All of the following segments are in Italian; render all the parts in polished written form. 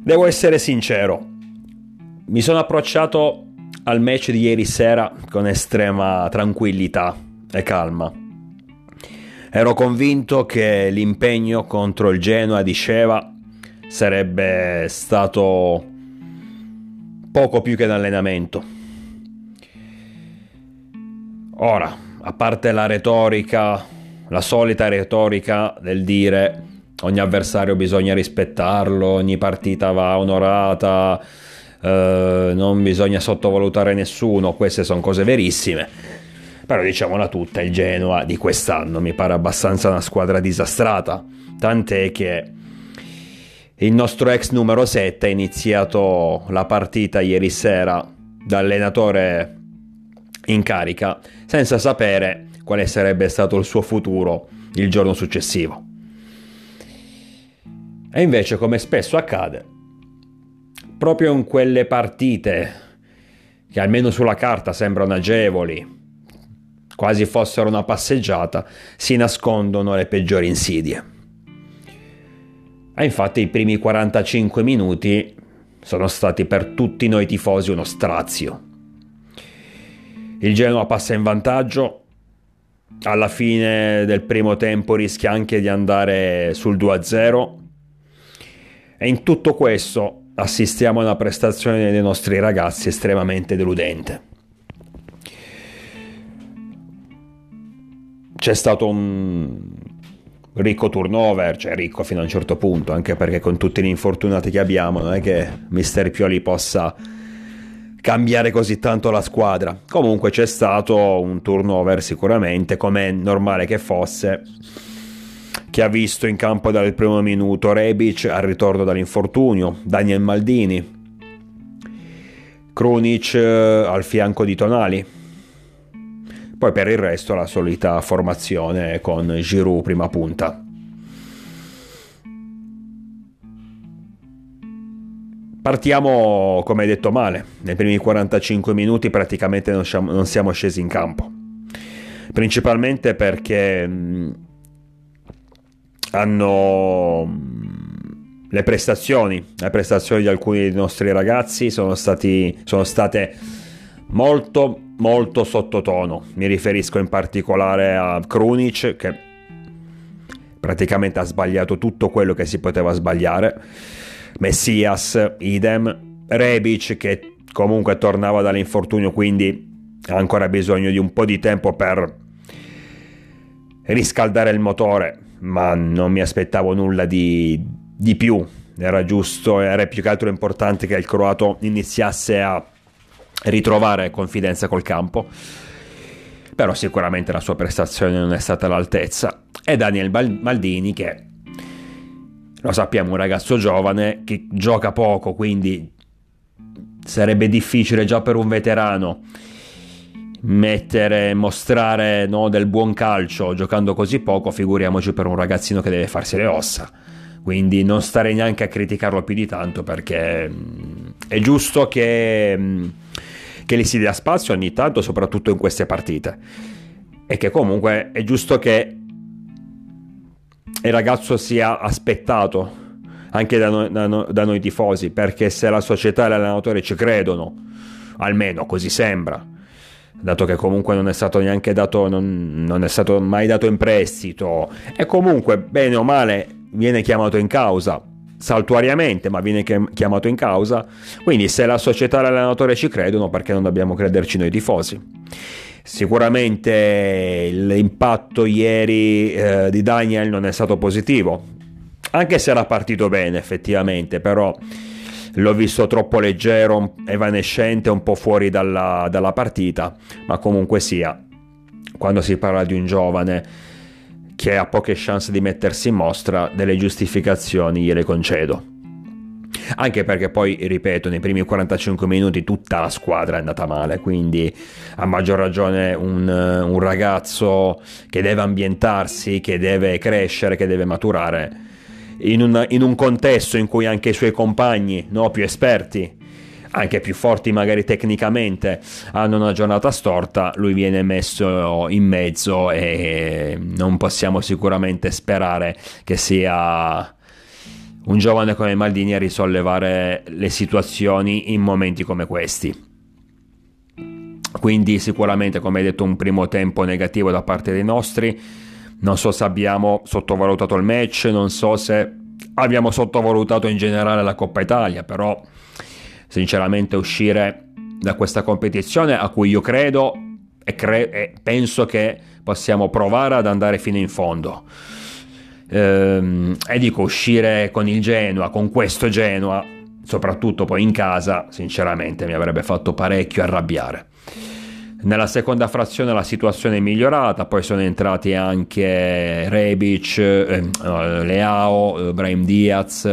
Devo essere sincero, mi sono approcciato al match di ieri sera con estrema tranquillità e calma. Ero convinto che l'impegno contro il Genoa di Sheva sarebbe stato poco più che un allenamento. Ora, a parte la retorica, la solita retorica del dire ogni avversario bisogna rispettarlo, ogni partita va onorata, non bisogna sottovalutare nessuno, queste sono cose verissime, però diciamola tutta, il Genoa di quest'anno mi pare abbastanza una squadra disastrata, tant'è che il nostro ex numero 7 ha iniziato la partita ieri sera da allenatore in carica senza sapere quale sarebbe stato il suo futuro il giorno successivo. E invece, come spesso accade, proprio in quelle partite che almeno sulla carta sembrano agevoli, quasi fossero una passeggiata, si nascondono le peggiori insidie. E infatti i primi 45 minuti sono stati per tutti noi tifosi uno strazio. Il Genoa passa in vantaggio, alla fine del primo tempo rischia anche di andare sul 2-0, e in tutto questo assistiamo a una prestazione dei nostri ragazzi estremamente deludente. C'è stato un ricco turnover, cioè ricco fino a un certo punto, anche perché con tutti gli infortunati che abbiamo non è che Mister Pioli possa cambiare così tanto la squadra. Comunque c'è stato un turnover sicuramente, come è normale che fosse, che ha visto in campo dal primo minuto Rebic al ritorno dall'infortunio, Daniel Maldini, Krunic al fianco di Tonali, poi per il resto la solita formazione con Giroud prima punta. Partiamo, come hai detto, male. Nei primi 45 minuti praticamente non siamo scesi in campo, principalmente perché le prestazioni di alcuni dei nostri ragazzi sono state molto molto sottotono. Mi riferisco in particolare a Krunic, che praticamente ha sbagliato tutto quello che si poteva sbagliare, Messias idem, Rebic che comunque tornava dall'infortunio, quindi ha ancora bisogno di un po' di tempo per riscaldare il motore, ma non mi aspettavo nulla di più. Era giusto, era più che altro importante che il croato iniziasse a ritrovare confidenza col campo, però sicuramente la sua prestazione non è stata all'altezza. E Daniel Maldini, che lo sappiamo, un ragazzo giovane che gioca poco, quindi sarebbe difficile già per un veterano mostrare del buon calcio giocando così poco, figuriamoci per un ragazzino che deve farsi le ossa. Quindi non starei neanche a criticarlo più di tanto, perché è giusto che gli si dia spazio ogni tanto, soprattutto in queste partite, e che comunque è giusto che il ragazzo sia aspettato anche da noi tifosi, perché se la società e l'allenatore ci credono, almeno così sembra, dato che comunque non è stato neanche dato, non è stato mai dato in prestito, e comunque bene o male viene chiamato in causa saltuariamente, ma viene chiamato in causa. Quindi se la società e l'allenatore ci credono, perché non dobbiamo crederci noi tifosi? Sicuramente l'impatto ieri di Daniel non è stato positivo, anche se era partito bene effettivamente, però l'ho visto troppo leggero, evanescente, un po' fuori dalla partita. Ma comunque sia, quando si parla di un giovane che ha poche chance di mettersi in mostra, delle giustificazioni gliele concedo, anche perché poi, ripeto, nei primi 45 minuti tutta la squadra è andata male, quindi a maggior ragione un ragazzo che deve ambientarsi, che deve crescere, che deve maturare in un contesto in cui anche i suoi compagni, più esperti, anche più forti magari tecnicamente, hanno una giornata storta, lui viene messo in mezzo e non possiamo sicuramente sperare che sia un giovane come Maldini a risollevare le situazioni in momenti come questi. Quindi sicuramente, come hai detto, un primo tempo negativo da parte dei nostri. Non so se abbiamo sottovalutato il match, non so se abbiamo sottovalutato in generale la Coppa Italia, però sinceramente uscire da questa competizione, a cui io credo e penso che possiamo provare ad andare fino in fondo, e dico, uscire con il Genoa, con questo Genoa, soprattutto poi in casa, sinceramente mi avrebbe fatto parecchio arrabbiare. Nella seconda frazione la situazione è migliorata, poi sono entrati anche Rebic, Leao, Brahim Diaz,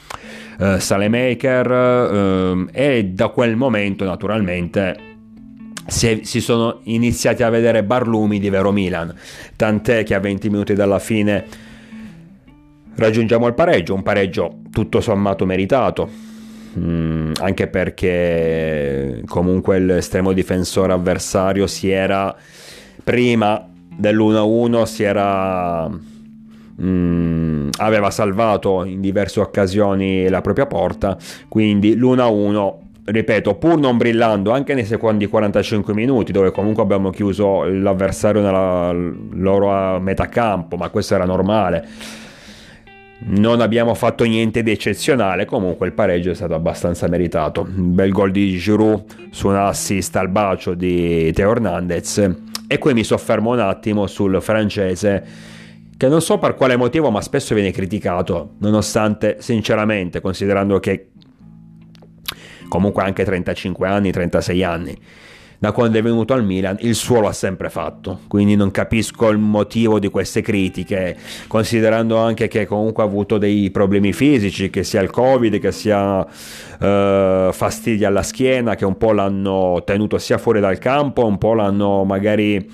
Salemaker, e da quel momento naturalmente si sono iniziati a vedere barlumi di vero Milan, tant'è che a 20 minuti dalla fine raggiungiamo il pareggio, un pareggio tutto sommato meritato. Anche perché comunque l'estremo difensore avversario prima dell'1-1 aveva salvato in diverse occasioni la propria porta, quindi l'1-1, ripeto, pur non brillando anche nei secondi 45 minuti, dove comunque abbiamo chiuso l'avversario nella loro metà campo, ma questo era normale, non abbiamo fatto niente di eccezionale, comunque il pareggio è stato abbastanza meritato. Un bel gol di Giroud su un assist al bacio di Theo Hernandez. E qui mi soffermo un attimo sul francese, che non so per quale motivo ma spesso viene criticato, nonostante, sinceramente, considerando che comunque ha anche 35 anni, 36 anni, da quando è venuto al Milan il suo lo ha sempre fatto, quindi non capisco il motivo di queste critiche, considerando anche che comunque ha avuto dei problemi fisici, che sia il Covid, che sia fastidi alla schiena, che un po' l'hanno tenuto sia fuori dal campo, un po' l'hanno magari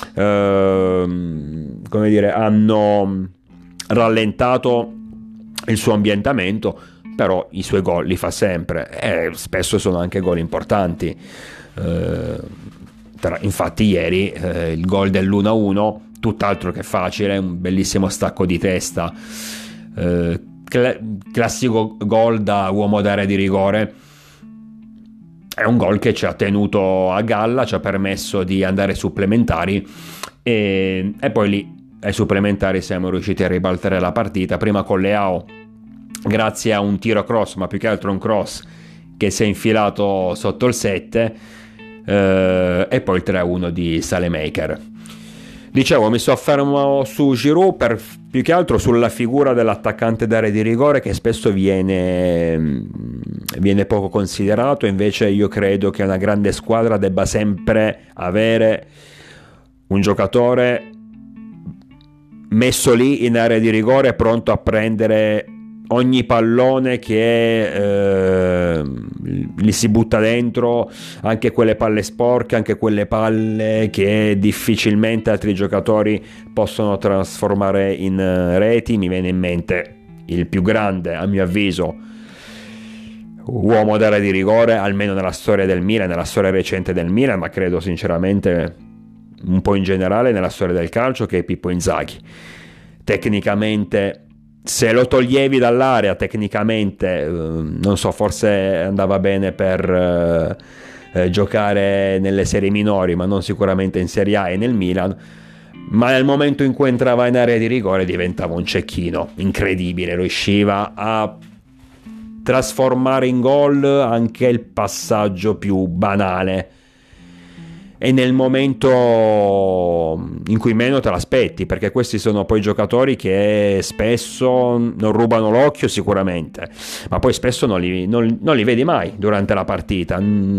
come dire, hanno rallentato il suo ambientamento, però i suoi gol li fa sempre e spesso sono anche gol importanti. Infatti ieri il gol dell'1-1 tutt'altro che facile, un bellissimo stacco di testa, classico gol da uomo d'area di rigore. È un gol che ci ha tenuto a galla, ci ha permesso di andare ai supplementari e poi lì ai supplementari siamo riusciti a ribaltare la partita, prima con Leao grazie a un tiro cross, ma più che altro un cross che si è infilato sotto il 7, e poi il 3-1 di Salemaker. Dicevo, mi soffermo su Giroud più che altro sulla figura dell'attaccante d'area di rigore, che spesso viene poco considerato. Invece io credo che una grande squadra debba sempre avere un giocatore messo lì in area di rigore, pronto a prendere ogni pallone che gli si butta dentro, anche quelle palle sporche, anche quelle palle che difficilmente altri giocatori possono trasformare in reti. Mi viene in mente il più grande, a mio avviso, uomo d'area di rigore, almeno nella storia del Milan, nella storia recente del Milan, ma credo sinceramente un po' in generale nella storia del calcio, che è Pippo Inzaghi. Tecnicamente, se lo toglievi dall'area, tecnicamente non so, forse andava bene per giocare nelle serie minori, ma non sicuramente in Serie A e nel Milan. Ma nel momento in cui entrava in area di rigore diventava un cecchino incredibile, riusciva a trasformare in gol anche il passaggio più banale, e nel momento in cui meno te l'aspetti, perché questi sono poi giocatori che spesso non rubano l'occhio sicuramente, ma poi spesso non li vedi mai durante la partita.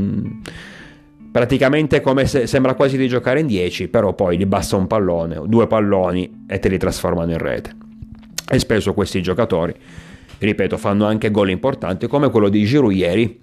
Praticamente come se sembra quasi di giocare in 10, però poi gli basta un pallone, 2 palloni e te li trasformano in rete. E spesso questi giocatori, ripeto, fanno anche gol importanti, come quello di Giroud ieri,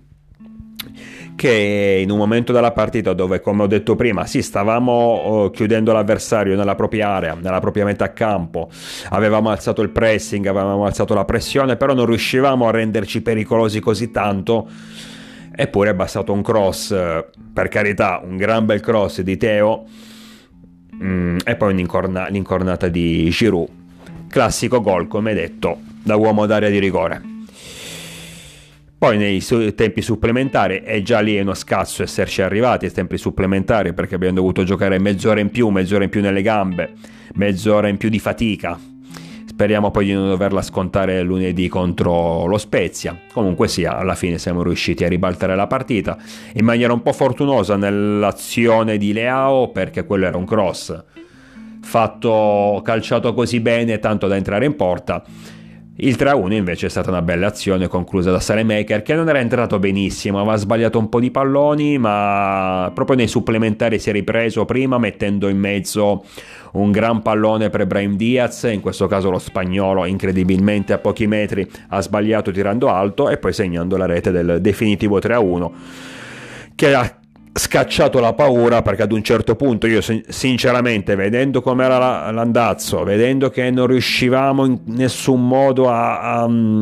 che in un momento della partita dove, come ho detto prima, sì, stavamo chiudendo l'avversario nella propria area, nella propria metà campo, avevamo alzato il pressing, avevamo alzato la pressione, però non riuscivamo a renderci pericolosi così tanto. Eppure è bastato un cross, per carità, un gran bel cross di Theo, e poi l'incornata di Giroud. Classico gol, come detto, da uomo d'area di rigore. Poi nei tempi supplementari, e già lì è uno scazzo esserci arrivati ai tempi supplementari, perché abbiamo dovuto giocare mezz'ora in più nelle gambe, mezz'ora in più di fatica. Speriamo poi di non doverla scontare lunedì contro lo Spezia. Comunque sia, alla fine siamo riusciti a ribaltare la partita in maniera un po' fortunosa nell'azione di Leao, perché quello era un cross fatto, calciato così bene tanto da entrare in porta. Il 3-1 invece è stata una bella azione conclusa da Salemaker, che non era entrato benissimo, aveva sbagliato un po' di palloni, ma proprio nei supplementari si è ripreso prima mettendo in mezzo un gran pallone per Brahim Diaz, in questo caso lo spagnolo incredibilmente a pochi metri ha sbagliato tirando alto, e poi segnando la rete del definitivo 3-1, che ha scacciato la paura, perché ad un certo punto io sinceramente, vedendo com'era l'andazzo, vedendo che non riuscivamo in nessun modo a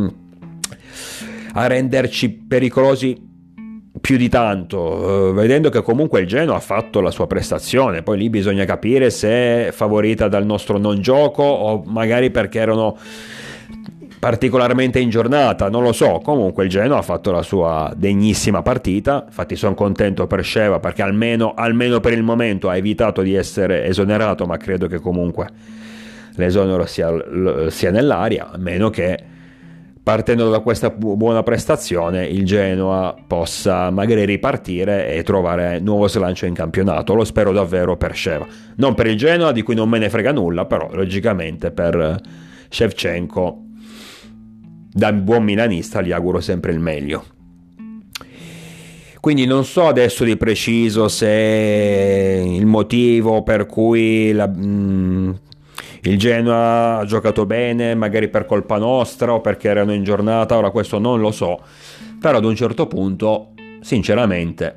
renderci pericolosi più di tanto, vedendo che comunque il Genoa ha fatto la sua prestazione, poi lì bisogna capire se è favorita dal nostro non gioco o magari perché erano particolarmente in giornata, non lo so. Comunque il Genoa ha fatto la sua degnissima partita, infatti sono contento per Sheva, perché almeno per il momento ha evitato di essere esonerato, ma credo che comunque l'esonero sia nell'aria, a meno che partendo da questa buona prestazione il Genoa possa magari ripartire e trovare nuovo slancio in campionato. Lo spero davvero per Sheva, non per il Genoa di cui non me ne frega nulla, però logicamente per Shevchenko, da buon milanista, gli auguro sempre il meglio. Quindi non so adesso di preciso se il motivo per cui il Genoa ha giocato bene, magari per colpa nostra o perché erano in giornata, ora questo non lo so, però ad un certo punto, sinceramente,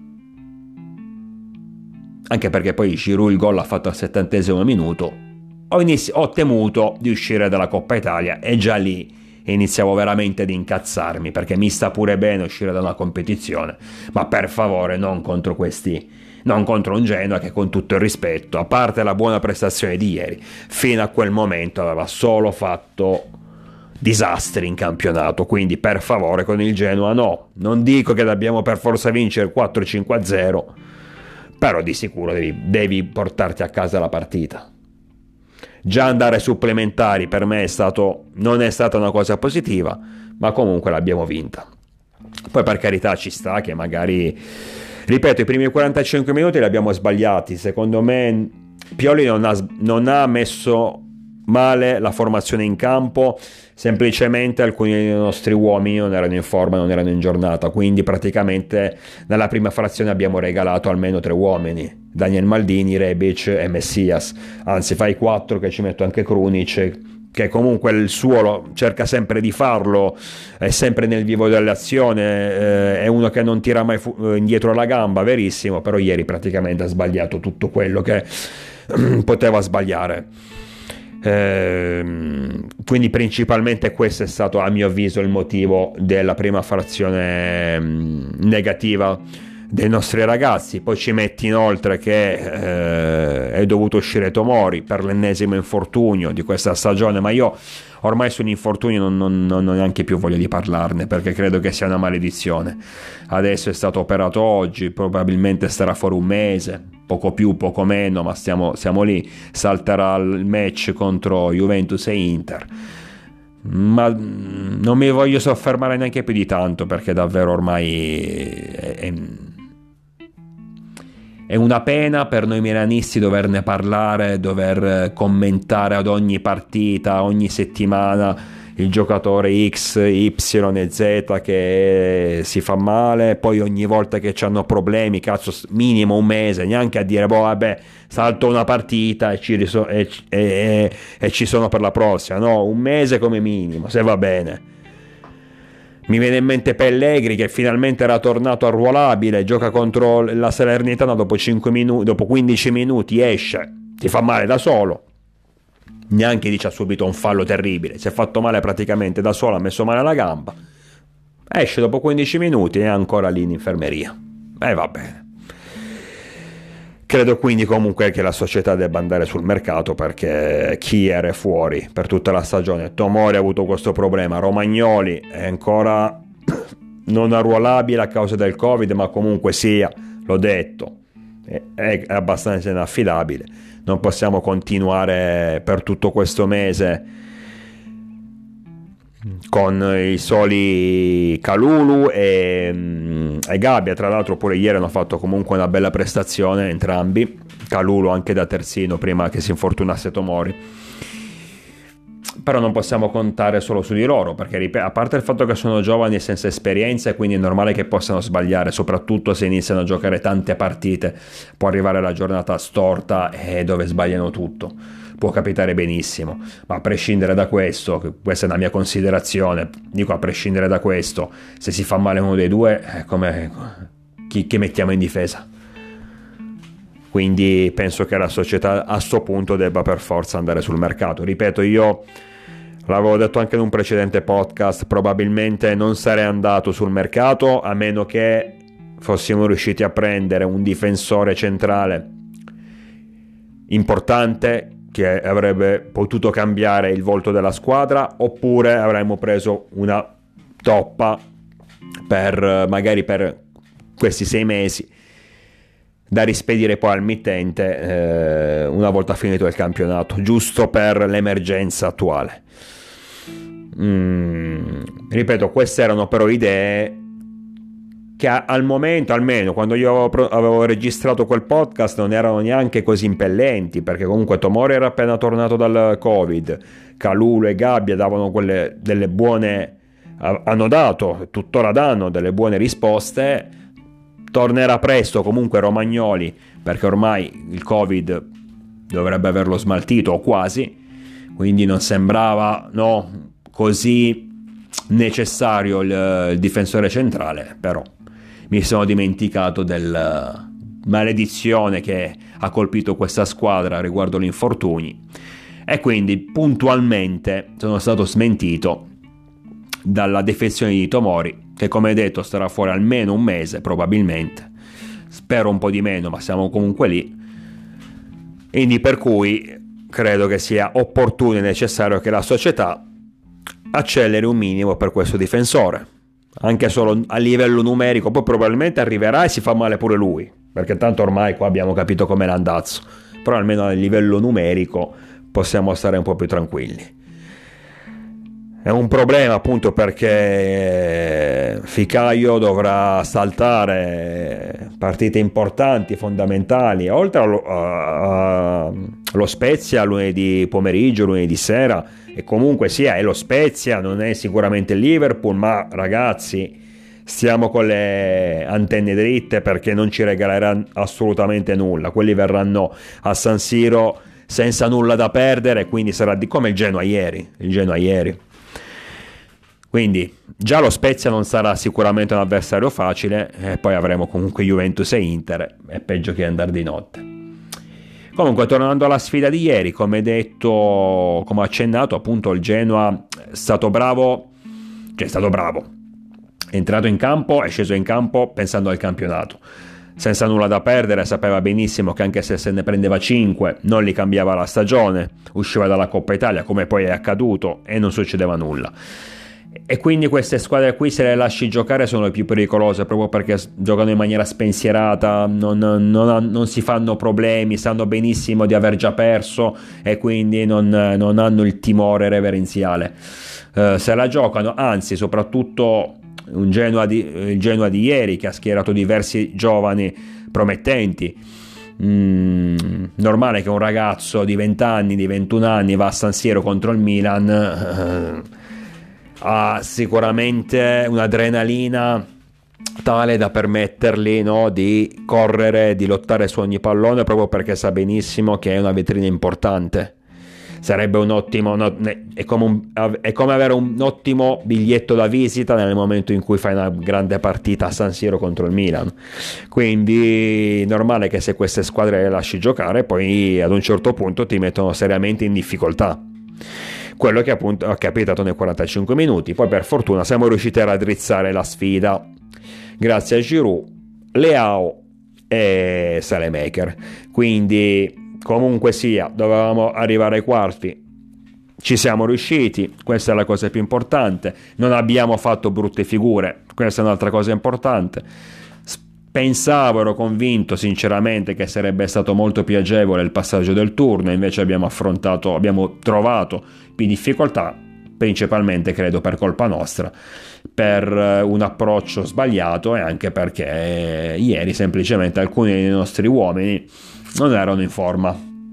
anche perché poi Giroud il gol l'ha fatto al 70° minuto, ho temuto di uscire dalla Coppa Italia, e già lì iniziavo veramente ad incazzarmi, perché mi sta pure bene uscire da una competizione, ma per favore non contro un Genoa che, con tutto il rispetto, a parte la buona prestazione di ieri, fino a quel momento aveva solo fatto disastri in campionato. Quindi per favore con il Genoa no, non dico che dobbiamo per forza vincere 4-5-0, però di sicuro devi portarti a casa la partita. Già andare supplementari per me non è stata una cosa positiva, ma comunque l'abbiamo vinta. Poi per carità ci sta che magari, ripeto, i primi 45 minuti li abbiamo sbagliati. Secondo me Pioli non ha messo male la formazione in campo, semplicemente alcuni dei nostri uomini non erano in forma, non erano in giornata, quindi praticamente nella prima frazione abbiamo regalato almeno 3 uomini: Daniel Maldini, Rebic e Messias, anzi fai 4 che ci metto anche Krunic, che comunque il suo cerca sempre di farlo, è sempre nel vivo dell'azione, è uno che non tira mai indietro la gamba, verissimo, però ieri praticamente ha sbagliato tutto quello che poteva sbagliare. Quindi principalmente questo è stato, a mio avviso, il motivo della prima frazione negativa dei nostri ragazzi. Poi ci metti inoltre che è dovuto uscire Tomori per l'ennesimo infortunio di questa stagione, ma io ormai sugli infortuni non ho neanche più voglia di parlarne, perché credo che sia una maledizione. Adesso è stato operato oggi, probabilmente starà fuori un mese, poco più, poco meno, ma siamo lì. Salterà il match contro Juventus e Inter, ma non mi voglio soffermare neanche più di tanto, perché davvero ormai è una pena per noi milanisti doverne parlare, dover commentare ad ogni partita, ogni settimana, il giocatore X, Y e Z che si fa male, poi ogni volta che hanno problemi, cazzo, minimo un mese, neanche a dire vabbè, salto una partita e ci sono per la prossima, no, un mese come minimo, se va bene. Mi viene in mente Pellegrini, che finalmente era tornato arruolabile, gioca contro la Salernitana, dopo 15 minuti esce, si fa male da solo, neanche dice ha subito un fallo terribile, si è fatto male praticamente da solo, ha messo male la gamba, esce dopo 15 minuti e è ancora lì in infermeria, e va bene. Credo quindi comunque che la società debba andare sul mercato, perché Kier è fuori per tutta la stagione, Tomori ha avuto questo problema, Romagnoli è ancora non arruolabile a causa del Covid, ma comunque sia, l'ho detto, è abbastanza inaffidabile. Non possiamo continuare per tutto questo mese con i soli Kalulu e Gabbia. Tra l'altro pure ieri hanno fatto comunque una bella prestazione entrambi, Kalulu anche da terzino prima che si infortunasse Tomori, però non possiamo contare solo su di loro, perché a parte il fatto che sono giovani e senza esperienza, e quindi è normale che possano sbagliare, soprattutto se iniziano a giocare tante partite, può arrivare la giornata storta e dove sbagliano tutto, può capitare benissimo. Ma a prescindere da questo, questa è una mia considerazione, dico, a prescindere da questo, se si fa male uno dei due, chi mettiamo in difesa? Quindi penso che la società a sto punto debba per forza andare sul mercato. Ripeto, io l'avevo detto anche in un precedente podcast, probabilmente non sarei andato sul mercato a meno che fossimo riusciti a prendere un difensore centrale importante che avrebbe potuto cambiare il volto della squadra, oppure avremmo preso una toppa magari per questi 6 mesi da rispedire poi al mittente una volta finito il campionato, giusto per l'emergenza attuale. Ripeto, queste erano però idee che al momento, almeno quando io avevo registrato quel podcast, non erano neanche così impellenti, perché comunque Tomori era appena tornato dal Covid, Kalulu e Gabbia davano delle buone, hanno dato, tuttora danno delle buone risposte. Tornerà presto comunque Romagnoli, perché ormai il Covid dovrebbe averlo smaltito o quasi, quindi non sembrava così necessario il difensore centrale. Però mi sono dimenticato della maledizione che ha colpito questa squadra riguardo gli infortuni, e quindi puntualmente sono stato smentito dalla defezione di Tomori, che come detto starà fuori almeno un mese probabilmente, spero un po' di meno, ma siamo comunque lì. Quindi per cui credo che sia opportuno e necessario che la società acceleri un minimo per questo difensore, anche solo a livello numerico. Poi probabilmente arriverà e si fa male pure lui, perché tanto ormai qua abbiamo capito com'è l'andazzo, però almeno a livello numerico possiamo stare un po' più tranquilli. È un problema appunto perché Ficaio dovrà saltare partite importanti, fondamentali, oltre allo Spezia lunedì pomeriggio, lunedì sera, e comunque sia è lo Spezia, non è sicuramente il Liverpool, ma ragazzi, stiamo con le antenne dritte, perché non ci regaleranno assolutamente nulla. Quelli verranno a San Siro senza nulla da perdere, quindi sarà come il Genoa ieri. Quindi già lo Spezia non sarà sicuramente un avversario facile, e poi avremo comunque Juventus e Inter, è peggio che andare di notte. Comunque, tornando alla sfida di ieri, come detto, come accennato, appunto il Genoa è stato bravo, è entrato in campo, è sceso in campo pensando al campionato, senza nulla da perdere, sapeva benissimo che anche se ne prendeva 5 non li cambiava la stagione, usciva dalla Coppa Italia come poi è accaduto e non succedeva nulla. E quindi queste squadre qui, se le lasci giocare, sono le più pericolose, proprio perché giocano in maniera spensierata, non si fanno problemi, sanno benissimo di aver già perso e quindi non hanno il timore reverenziale. Se la giocano, anzi, soprattutto il Genoa di ieri, che ha schierato diversi giovani promettenti. Normale che un ragazzo di 20 anni, di 21 anni va a San Siro contro il Milan, ha sicuramente un'adrenalina tale da permettergli di correre, di lottare su ogni pallone, proprio perché sa benissimo che è una vetrina importante. Sarebbe un ottimo, è come avere un ottimo biglietto da visita nel momento in cui fai una grande partita a San Siro contro il Milan. Quindi normale che se queste squadre le lasci giocare, poi ad un certo punto ti mettono seriamente in difficoltà. Quello che appunto è capitato nei 45 minuti. Poi per fortuna siamo riusciti a raddrizzare la sfida grazie a Giroud, Leao e Salemaker. Quindi comunque sia, dovevamo arrivare ai quarti, ci siamo riusciti, questa è la cosa più importante, non abbiamo fatto brutte figure, questa è un'altra cosa importante. Pensavo, ero convinto sinceramente che sarebbe stato molto più agevole il passaggio del turno, invece abbiamo trovato più difficoltà, principalmente credo per colpa nostra, per un approccio sbagliato e anche perché ieri semplicemente alcuni dei nostri uomini non erano in forma.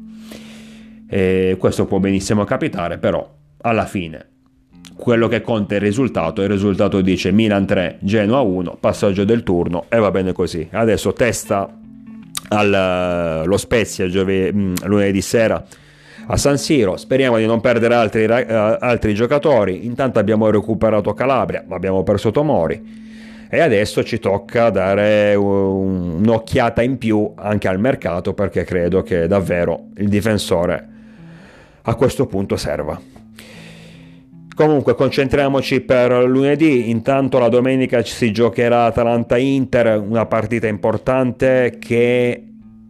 E questo può benissimo capitare, però alla fine quello che conta è il risultato dice Milan 3, Genoa 1, passaggio del turno e va bene così. Adesso testa allo Spezia lunedì sera a San Siro, speriamo di non perdere altri giocatori. Intanto abbiamo recuperato Calabria, ma abbiamo perso Tomori e adesso ci tocca dare un'occhiata in più anche al mercato, perché credo che davvero il difensore a questo punto serva. Comunque concentriamoci per lunedì. Intanto la domenica si giocherà Atalanta-Inter, una partita importante che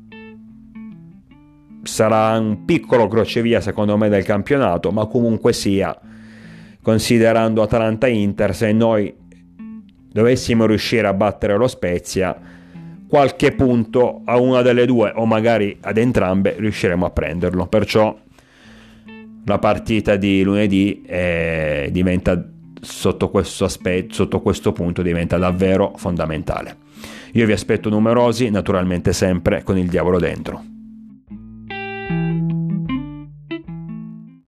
sarà un piccolo crocevia secondo me del campionato, ma comunque sia, considerando Atalanta-Inter, se noi dovessimo riuscire a battere lo Spezia, qualche punto a una delle due o magari ad entrambe riusciremo a prenderlo. Perciò la partita di lunedì diventa sotto questo punto diventa davvero fondamentale. Io vi aspetto numerosi, naturalmente sempre con il diavolo dentro.